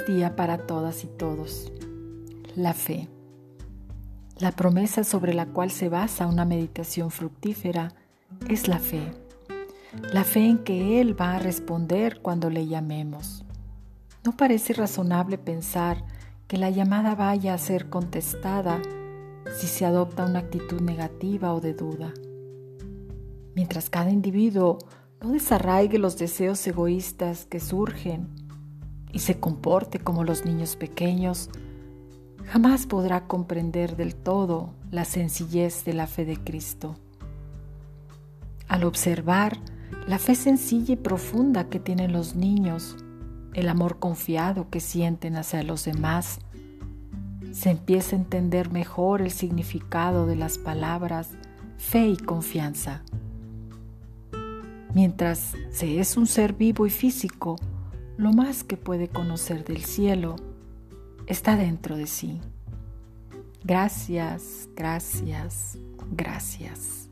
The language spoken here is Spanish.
Feliz día para todas y todos. La fe. La promesa sobre la cual se basa una meditación fructífera es la fe. La fe en que Él va a responder cuando le llamemos. No parece razonable pensar que la llamada vaya a ser contestada si se adopta una actitud negativa o de duda. Mientras cada individuo no desarraigue los deseos egoístas que surgen y se comporte como los niños pequeños, jamás podrá comprender del todo la sencillez de la fe de Cristo. Al observar la fe sencilla y profunda que tienen los niños, el amor confiado que sienten hacia los demás, se empieza a entender mejor el significado de las palabras fe y confianza. Mientras se es un ser vivo y físico, lo más que puede conocer del cielo está dentro de sí. Gracias, gracias, gracias.